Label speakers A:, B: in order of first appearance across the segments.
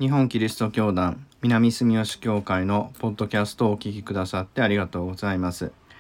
A: 日本キリスト教団南住吉教会のポッドキャストをお聞きくださってありがとうございます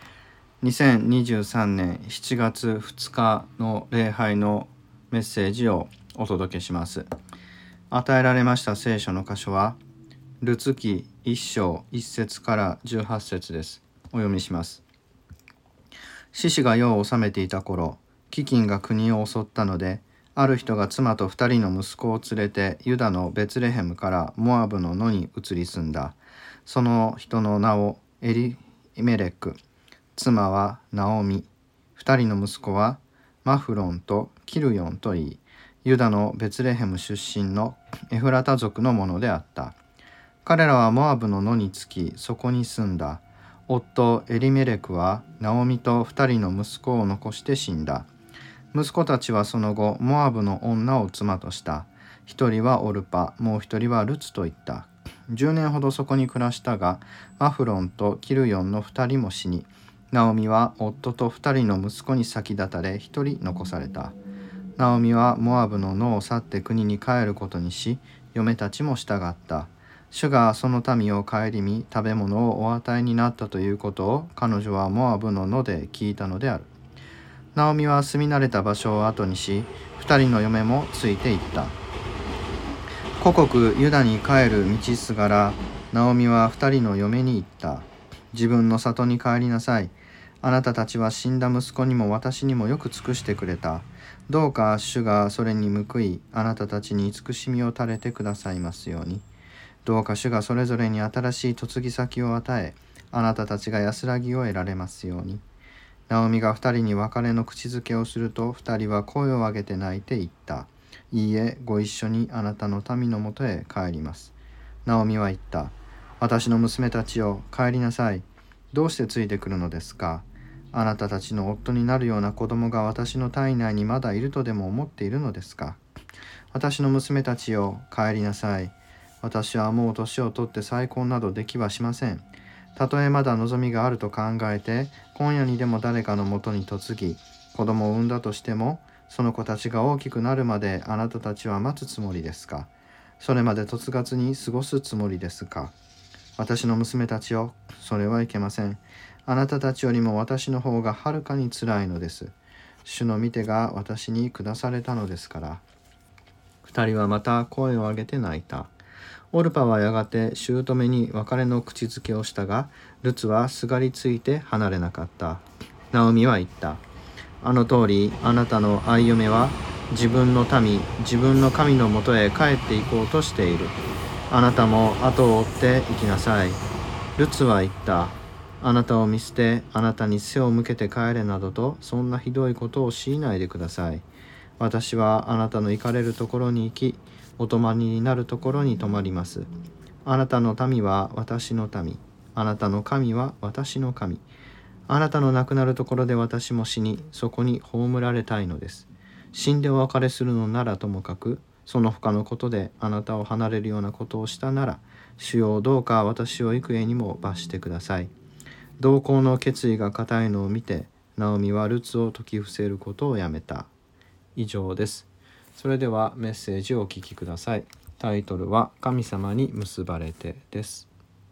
A: 。2023年7月2日の礼拝のメッセージをお届けします。与えられました聖書の箇所はルツ記1章1節から18節です。お読みします。獅子が世を治めていた頃、飢饉が国を襲ったので、ある人が妻と2人の息子を連れてユダのベツレヘムからモアブの野に移り住んだ。その人の名をエリメレク、妻はナオミ、2人の息子はマフロンとキルヨンといい、ユダのベツレヘム出身のエフラタ族のものであった。彼らはモアブの野に着き、そこに住んだ。夫エリメレクはナオミと2人の息子を残して死んだ。息子たちはその後モアブの女を妻とした。一人はオルパ、もう一人はルツといった。10年ほどそこに暮らしたが、マフロンとキルヨンの2人も死に、ナオミは夫と2人の息子に先立たれ一人残された。ナオミはモアブの野を去って国に帰ることにし、嫁たちも従った。主がその民を顧み、食べ物をお与えになったということを彼女はモアブの野で聞いたのである。ナオミは住み慣れた場所を後にし、2人の嫁もついていった。故国ユダに帰る道すがら、ナオミは2人の嫁に言った。自分の里に帰りなさい。あなたたちは死んだ息子にも私にもよく尽くしてくれた。どうか主がそれに報い、あなたたちに慈しみを垂れてくださいますように。どうか主がそれぞれに新しい嫁ぎ先を与え、あなたたちが安らぎを得られますように。ナオミが2人に別れの口づけをすると、2人は声を上げて泣いて言った。いいえ、ご一緒にあなたの民のもとへ帰ります。ナオミは言った。私の娘たちよ、帰りなさい。どうしてついてくるのですか。あなたたちの夫になるような子供が私の体内にまだいるとでも思っているのですか。私の娘たちよ、帰りなさい。私はもう年を取って再婚などできはしません。たとえまだ望みがあると考えて、今夜にでも誰かのもとに嫁ぎ、子供を産んだとしても、その子たちが大きくなるまであなたたちは待つつもりですか。それまで嫁がずに過ごすつもりですか。私の娘たちよ、それはいけません。あなたたちよりも私の方がはるかにつらいのです。主の御手が私に下されたのですから。二人はまた声を上げて泣いた。オルパはやがて姑に別れの口づけをしたが、ルツはすがりついて離れなかった。ナオミは言った。あの通り、あなたの愛嫁は自分の民、自分の神のもとへ帰っていこうとしている。あなたも後を追って行きなさい。ルツは言った。あなたを見捨て、あなたに背を向けて帰れなどと、そんなひどいことを強いないでください。私はあなたの行かれるところに行き、お泊まりになるところに泊まります。あなたの民は私の民、あなたの神は私の神。あなたの亡くなるところで私も死に、そこに葬られたいのです。死んでお別れするのならともかく、その他のことであなたを離れるようなことをしたなら、主よどうか私を幾重にも罰してください。同行の決意が固いのを見て、ナオミはルツを説き伏せることをやめた。以上です。それではメッセージをお聞きください。タイトルは神様に結ばれてです。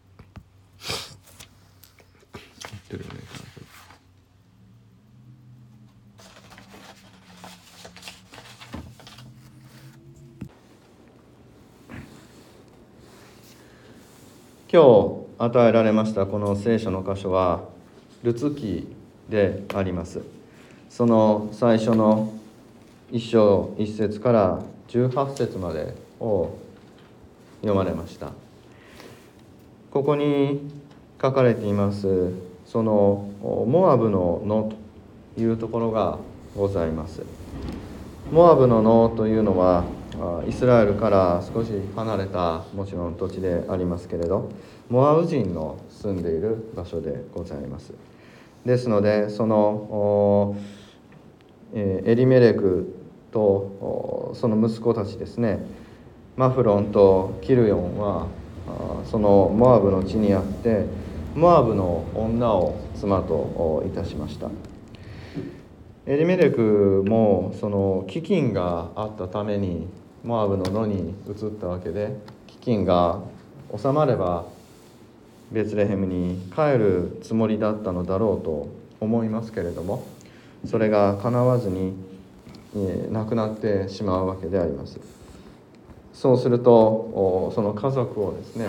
A: 今日与えられましたこの聖書の箇所はルツ記であります。その最初の1章1節から18節までを読まれました。ここに書かれていますそのモアブの野というところがございます。モアブの野というのはイスラエルから少し離れたもちろん土地でありますけれど、モアブ人の住んでいる場所でございます。ですのでそのエリメレクとその息子たちですね、マフロンとキルヨンはそのモアブの地にあって、モアブの女を妻といたしました。エリメレクもその飢饉があったためにモアブの野に移ったわけで、 飢饉が収まればベツレヘムに帰るつもりだったのだろうと思いますけれども、それが叶わずに亡くなってしまうわけであります。そうするとその家族をですね、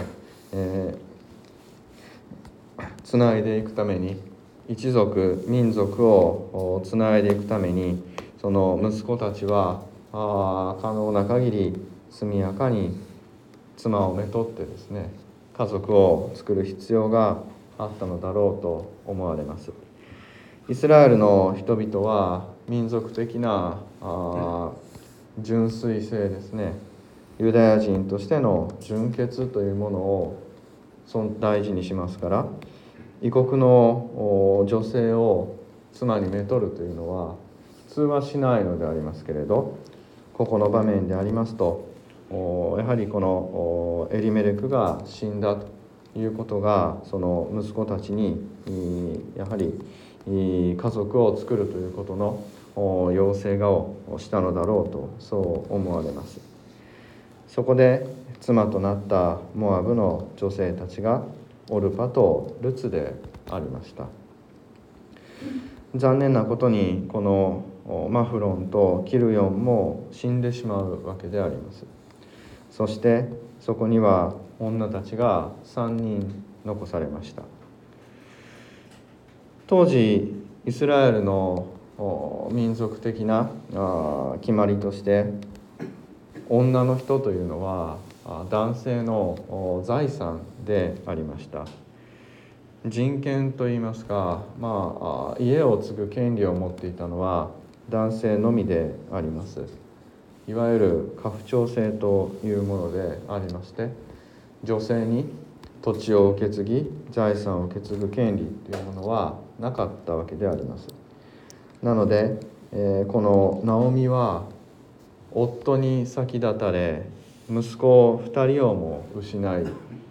A: つないでいくために、一族民族をつないでいくために、その息子たちは可能な限り速やかに妻をめとってですね、家族を作る必要があったのだろうと思われます。イスラエルの人々は民族的な純粋性ですね、ユダヤ人としての純潔というものを大事にしますから、異国の女性を妻にめとるというのは普通はしないのでありますけれど、ここの場面でありますと、やはりこのエリメレクが死んだということが、その息子たちにやはり家族を作るということの要請をしたのだろうと、そう思われます。そこで妻となったモアブの女性たちがオルパとルツでありました。残念なことにこのマフロンとキルヨンも死んでしまうわけであります。そしてそこには女たちが3人残されました。当時イスラエルの民族的な決まりとして、女の人というのは男性の財産でありました。人権といいますか、家を継ぐ権利を持っていたのは男性のみであります。いわゆる家父長制というものでありまして、女性に土地を受け継ぎ財産を受け継ぐ権利というものはなかったわけであります。なので、このナオミは夫に先立たれ、息子2人をも失い、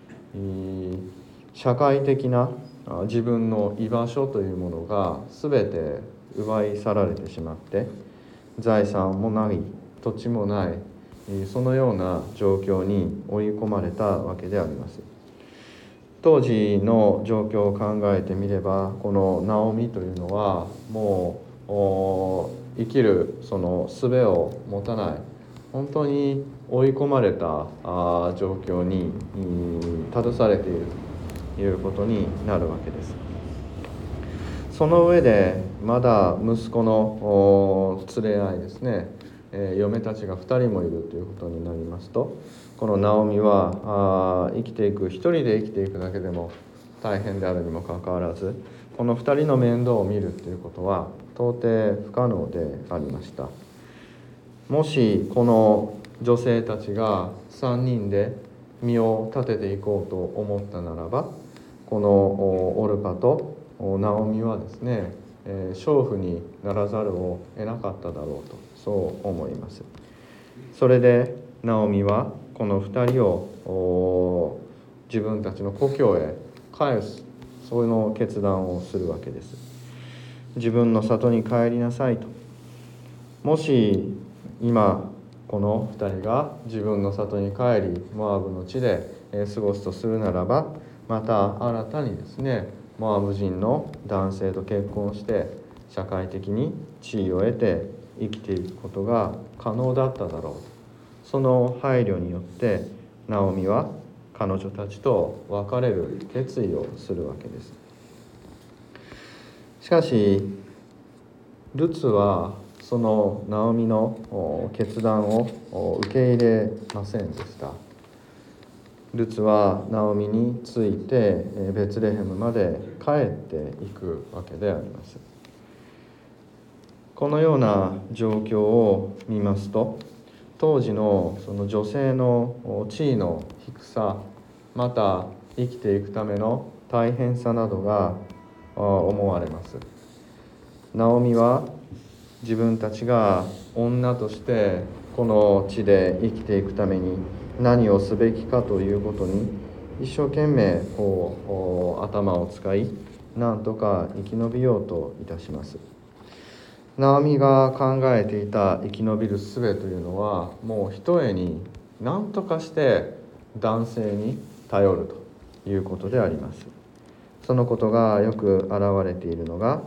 A: 社会的な自分の居場所というものが全て奪い去られてしまって、財産もない、土地もない、そのような状況に追い込まれたわけであります。当時の状況を考えてみれば、このナオミというのはもう生きるその術を持たない、本当に追い込まれた状況に立たされているということになるわけです。その上でまだ息子の連れ合いですね、嫁たちが2人もいるということになりますと、このナオミは生きていく、一人で生きていくだけでも大変であるにもかかわらず、この2人の面倒を見るということは到底不可能でありました。もしこの女性たちが3人で身を立てていこうと思ったならば、このオルパとナオミはですね、娼婦にならざるを得なかっただろうと、そう思います。それでナオミはこの2人を自分たちの故郷へ返す、そういう決断をするわけです。自分の里に帰りなさいと。もし今この2人が自分の里に帰りモアブの地で過ごすとするならば、また新たにですね、モアブ人の男性と結婚して社会的に地位を得て生きていくことが可能だっただろう。その配慮によってナオミは彼女たちと別れる決意をするわけです。しかしルツはそのナオミの決断を受け入れませんでした。ルツはナオミについてベツレヘムまで帰っていくわけであります。このような状況を見ますと、当時のその女性の地位の低さ、また生きていくための大変さなどが思われます。ナオミは自分たちが女としてこの地で生きていくために何をすべきかということに一生懸命頭を使い、なんとか生き延びようといたします。ナオミが考えていた生き延びる術というのは、もうひとえに何とかして男性に頼るということであります。そのことがよく現れているのが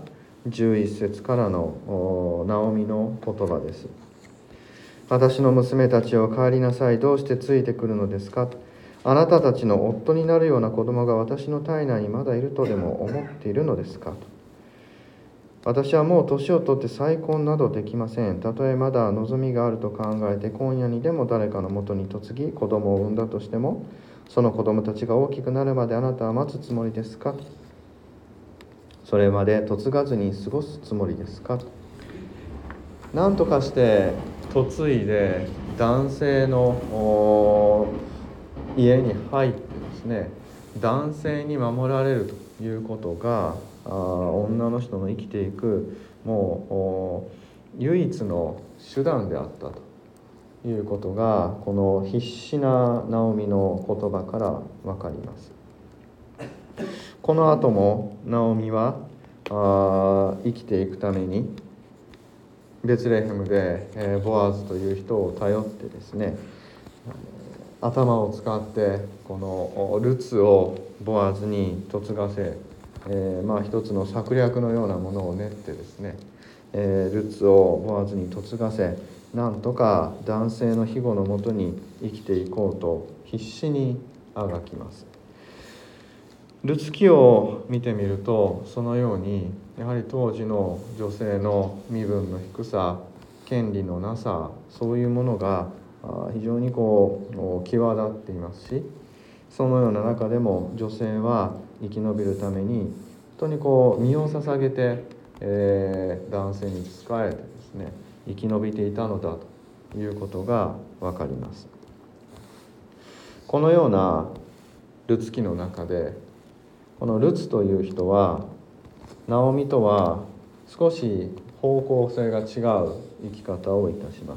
A: 11節からのナオミの言葉です。私の娘たちを帰りなさい。どうしてついてくるのですか。あなたたちの夫になるような子供が私の体内にまだいるとでも思っているのですかと。私はもう年を取って再婚などできません。たとえまだ望みがあると考えて今夜にでも誰かのもとに嫁ぎ子供を産んだとしても、その子供たちが大きくなるまであなたは待つつもりですか。それまで嫁がずに過ごすつもりですか。何とかして嫁いで男性の家に入ってですね、男性に守られるということが女の人の生きていくもう唯一の手段であったということが、この必死なナオミの言葉から分かります。この後もナオミは生きていくためにベツレヘムでボアズという人を頼ってですね、頭を使ってこのルツをボアズに嫁がせ、一つの策略のようなものを練ってですね、ルツをボアズに嫁がせ、なんとか男性の庇護のもとに生きていこうと必死にあがきます。ルツ記を見てみると、そのようにやはり当時の女性の身分の低さ、権利のなさ、そういうものが非常に際立っていますし、そのような中でも女性は生き延びるために本当に身を捧げて、男性に仕えてですね、生き延びていたのだということが分かります。このようなルツ記の中で、このルツという人はナオミとは少し方向性が違う生き方をいたします。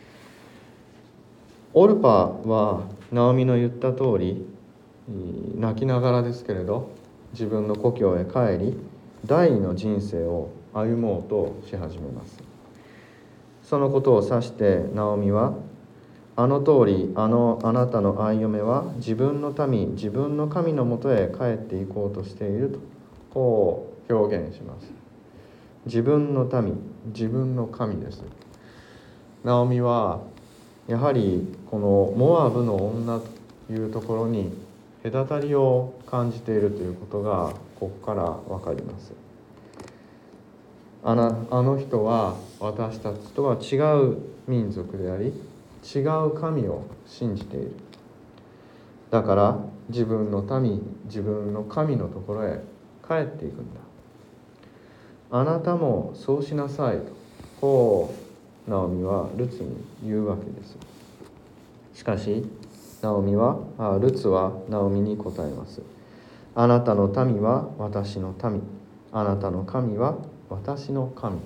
A: オルパはナオミの言った通り、泣きながらですけれど自分の故郷へ帰り第二の人生を歩もうとし始めます。そのことを指してナオミは、あの通りあなたの愛嫁は自分の民、自分の神のもとへ帰っていこうとしているとこう表現します。自分の民、自分の神です。ナオミはやはりこのモアブの女というところに隔たりを感じているということがここから分かります。あの人は私たちとは違う民族であり、違う神を信じている。だから自分の民、自分の神のところへ帰っていくんだ。あなたもそうしなさいと、こうナオミはルツに言うわけです。しかしルツはナオミに答えます。あなたの民は私の民、あなたの神は私の神。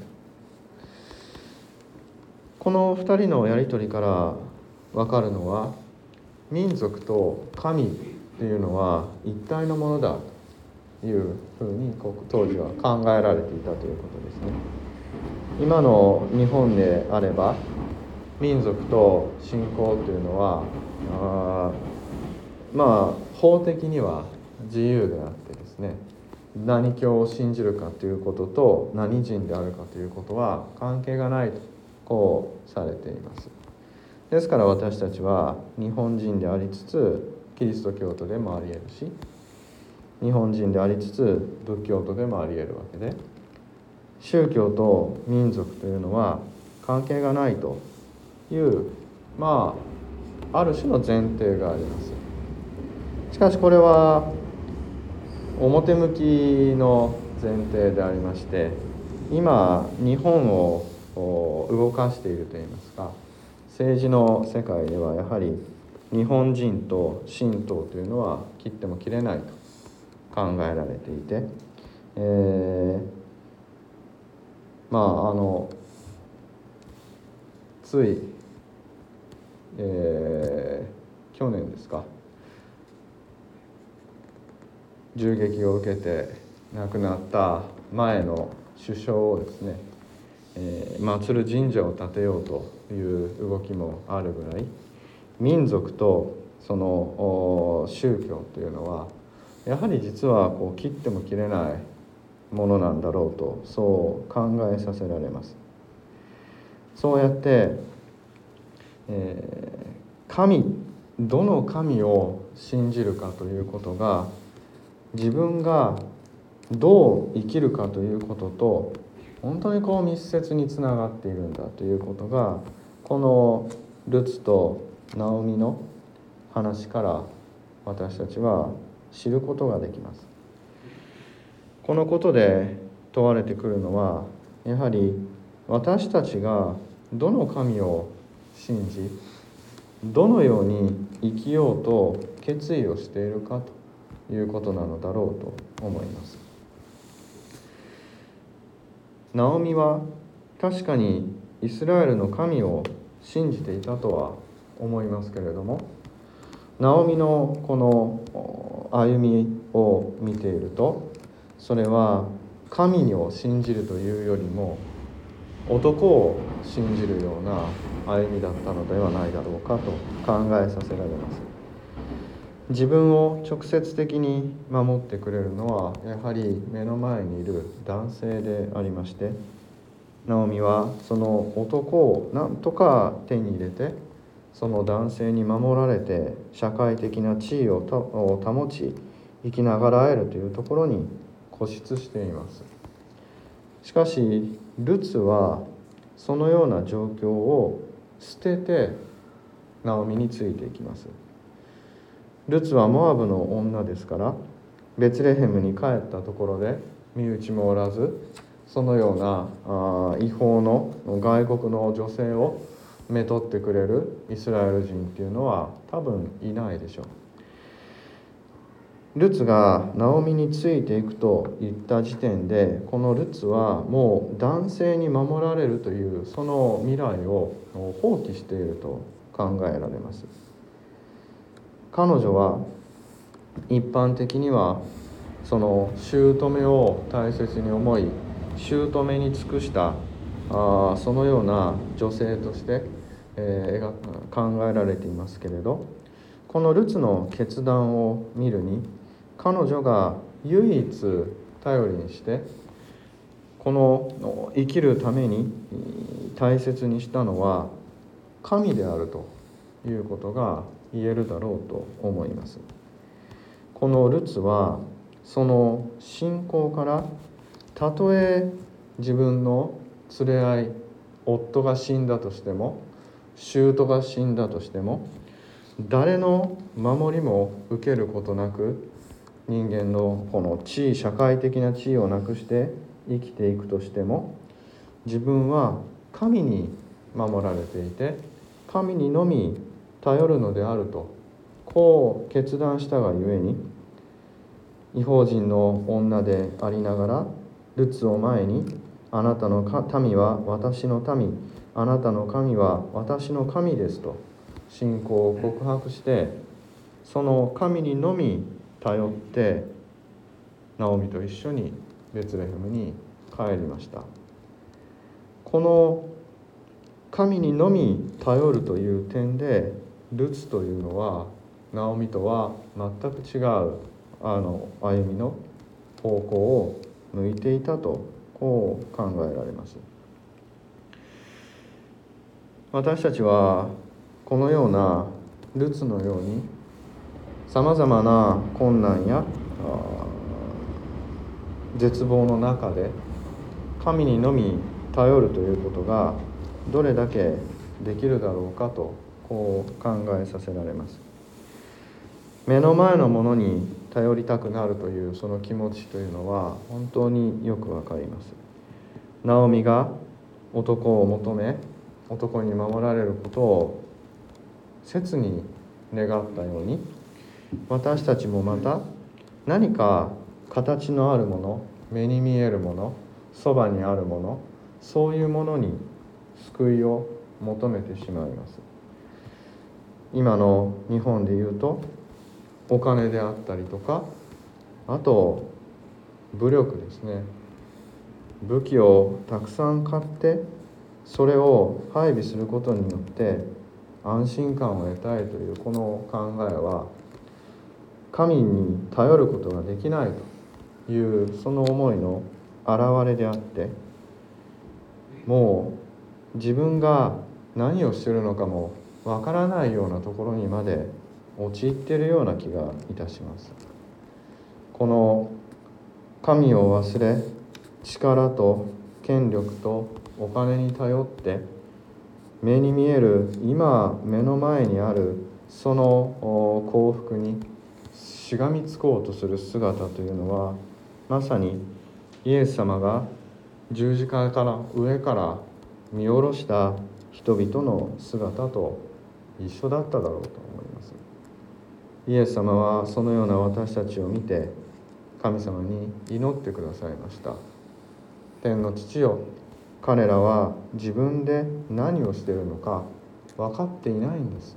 A: この2人のやり取りから分かるのは、民族と神というのは一体のものだというふうに当時は考えられていたということですね。今の日本であれば民族と信仰というのは法的には自由であってですね、何教を信じるかということと何人であるかということは関係がないとこうされています。ですから私たちは日本人でありつつキリスト教徒でもあり得るし、日本人でありつつ仏教徒でもあり得るわけで、宗教と民族というのは関係がないというある種の前提があります。しかしこれは表向きの前提でありまして、今日本を動かしているといいますか、政治の世界ではやはり日本人と神道というのは切っても切れないと考えられていて、つい、去年ですか、銃撃を受けて亡くなった前の首相をですね、祀る神社を建てようという動きもあるぐらい、民族とその宗教というのはやはり実は切っても切れないものなんだろうと、そう考えさせられます。そうやって、どの神を信じるかということが、自分がどう生きるかということと本当に密接につながっているんだということが、このルツとナオミの話から私たちは知ることができます。このことで問われてくるのは、やはり私たちがどの神を信じ、どのように生きようと決意をしているかということなのだろうと思います。ナオミは確かにイスラエルの神を信じていたとは思いますけれども、ナオミのこの歩みを見ていると、それは神を信じるというよりも男を信じるような歩みだったのではないだろうかと考えさせられます。自分を直接的に守ってくれるのはやはり目の前にいる男性でありまして、ナオミはその男を何とか手に入れて、その男性に守られて社会的な地位を保ち生きながらえるというところに固執しています。しかしルツはそのような状況を捨ててナオミについていきます。ルツはモアブの女ですから、ベツレヘムに帰ったところで身内もおらず、そのような違法の外国の女性をめとってくれるイスラエル人っていうのは多分いないでしょう。ルツがナオミについていくと言った時点で、このルツはもう男性に守られるというその未来を放棄していると考えられます。彼女は一般的にはその姑を大切に思い、姑に尽くしたそのような女性として、考えられていますけれど、このルツの決断を見るに、彼女が唯一頼りにしてこの生きるために大切にしたのは神であるということが言えるだろうと思います。このルツはその信仰から、たとえ自分の連れ合い、夫が死んだとしても姑が死んだとしても、誰の守りも受けることなく、人間のこの地位、社会的な地位をなくして生きていくとしても、自分は神に守られていて神にのみ頼るのであると、こう決断したがゆえに、異邦人の女でありながらルツを前に、あなたの民は私の民、あなたの神は私の神ですと信仰を告白して、その神にのみ頼ってナオミと一緒にベツレヘムに帰りました。この神にのみ頼るという点で、ルツというのはナオミとは全く違う歩みの方向を向いていたと、こう考えられます。私たちはこのようなルツのようにさまざまな困難や絶望の中で神にのみ頼るということがどれだけできるだろうかと、こう考えさせられます。目の前のものに頼りたくなるというその気持ちというのは本当によくわかります。ナオミが男を求め、男に守られることを切に願ったように、私たちもまた何か形のあるもの、目に見えるもの、そばにあるもの、そういうものに救いを求めてしまいます。今の日本でいうとお金であったりとか、あと武力ですね。武器をたくさん買ってそれを配備することによって安心感を得たいというこの考えは、神に頼ることができないというその思いの表れであって、もう自分が何をしているのかもわからないようなところにまで陥っているような気がいたします。この神を忘れ、力と権力とお金に頼って目に見える今目の前にあるその幸福にしがみつこうとする姿というのは、まさにイエス様が十字架から上から見下ろした人々の姿と一緒だっただろうと思います。イエス様はそのような私たちを見て神様に祈ってくださいました。天の父よ、彼らは自分で何をしているのか分かっていないんです。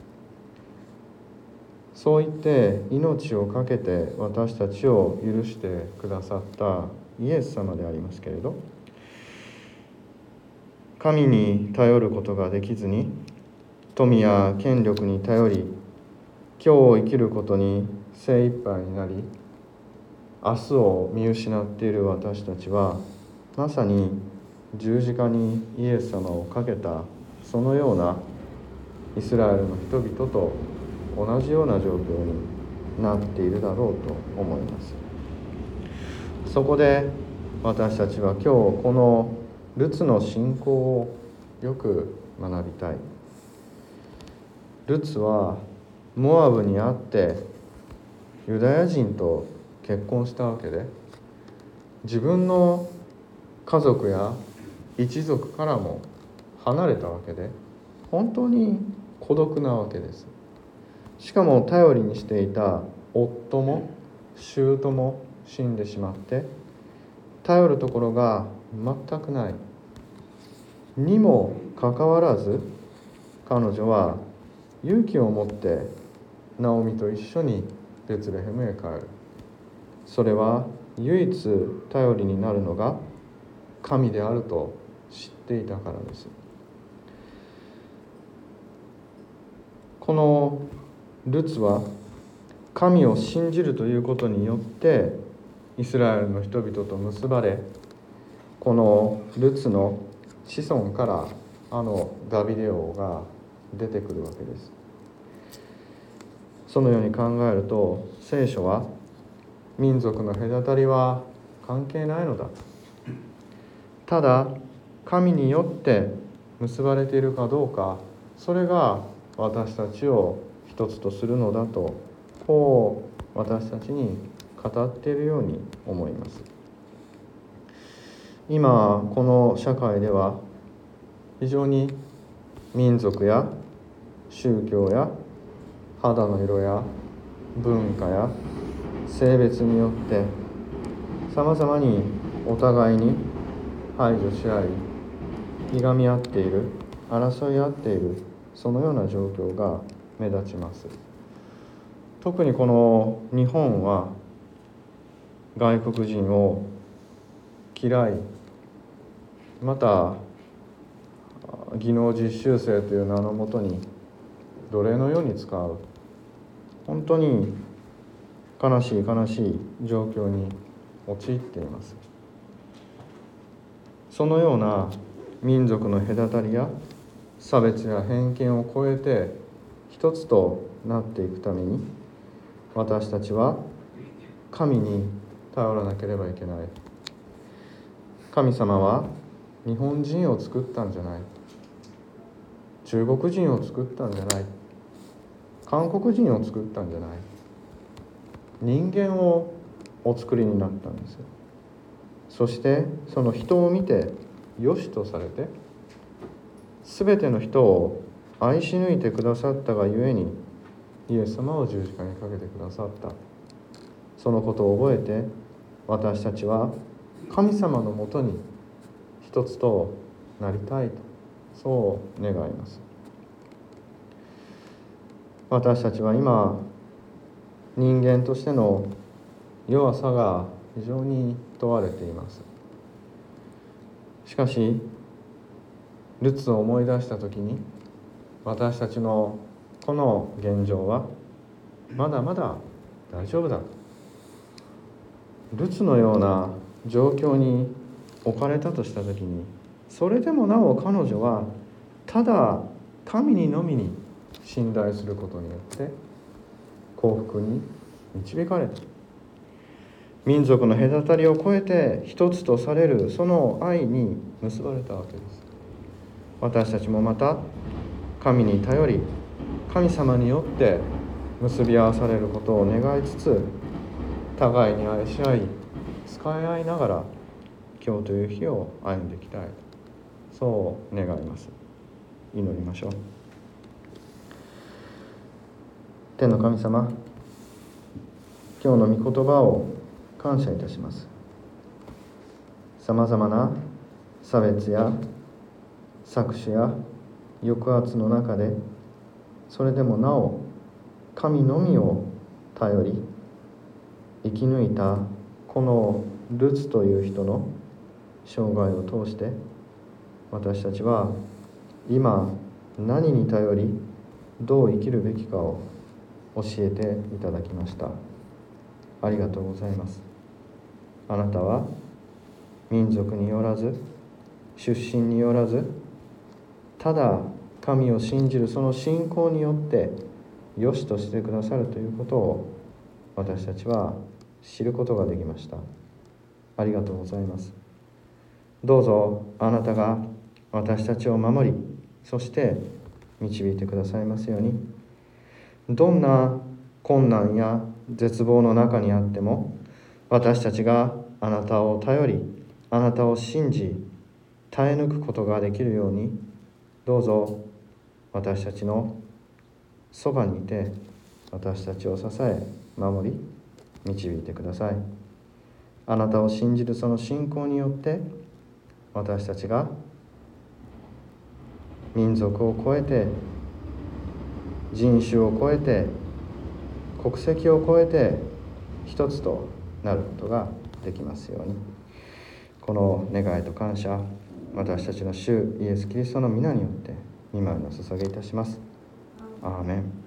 A: そう言って命を懸けて私たちを許してくださったイエス様でありますけれど、神に頼ることができずに富や権力に頼り、今日を生きることに精一杯になり、明日を見失っている私たちは、まさに十字架にイエス様をかけたそのようなイスラエルの人々と同じような状況になっているだろうと思います。そこで私たちは今日このルツの信仰をよく学びたい。ルツはモアブにあってユダヤ人と結婚したわけで、自分の家族や一族からも離れたわけで、本当に孤独なわけです。しかも頼りにしていた夫も姑も死んでしまって、頼るところが全くないにもかかわらず、彼女は勇気を持ってナオミと一緒にベツレヘムへ帰る。それは唯一頼りになるのが神であると知っていたからです。このルツは神を信じるということによってイスラエルの人々と結ばれ、このルツの子孫からダビデ王が出てくるわけです。そのように考えると、聖書は民族の隔たりは関係ないのだ、ただ神によって結ばれているかどうか、それが私たちを一つとするのだと、こう私たちに語っているように思います。今この社会では非常に民族や宗教や肌の色や文化や性別によってさまざまにお互いに排除し合い、ひがみ合っている、争い合っている、そのような状況が目立ちます。特にこの日本は外国人を嫌い、また技能実習生という名のもとに奴隷のように使う、本当に悲しい状況に陥っています。そのような民族の隔たりや差別や偏見を超えて一つとなっていくために、私たちは神に頼らなければいけない。神様は日本人を作ったんじゃない、中国人を作ったんじゃない、韓国人を作ったんじゃない、人間をお作りになったんです。そしてその人を見て良しとされて、すべての人を愛し抜いてくださったがゆえにイエス様を十字架にかけてくださった。そのことを覚えて、私たちは神様のもとに一つとなりたいと、そう願います。私たちは今人間としての弱さが非常に問われています。しかしルツを思い出したときに、 私たちのこの現状はまだまだ大丈夫だ。ルツのような状況に置かれたとしたときに、それでもなお彼女はただ神にのみに信頼することによって幸福に導かれた。民族の隔たりを越えて一つとされるその愛に結ばれたわけです。私たちもまた神に頼り、神様によって結び合わされることを願いつつ、互いに愛し合い使い合いながら今日という日を歩んでいきたい、そう願います。祈りましょう。天の神様、今日の御言葉を感謝いたします。さまざまな差別や搾取や抑圧の中で、それでもなお神のみを頼り生き抜いたこのルツという人の生涯を通して、私たちは今何に頼りどう生きるべきかを教えていただきました。ありがとうございます。あなたは民族によらず出身によらず、ただ神を信じるその信仰によって良しとしてくださるということを私たちは知ることができました。ありがとうございます。どうぞあなたが私たちを守り、そして導いてくださいますように。どんな困難や絶望の中にあっても、私たちがあなたを頼り、あなたを信じ耐え抜くことができるように、どうぞ私たちのそばにいて私たちを支え守り導いてください。あなたを信じるその信仰によって、私たちが民族を超えて、人種を超えて、国籍を超えて一つとなることができますように。この願いと感謝、私たちの主イエス・キリストの皆によって御前にお捧げいたします。アーメン。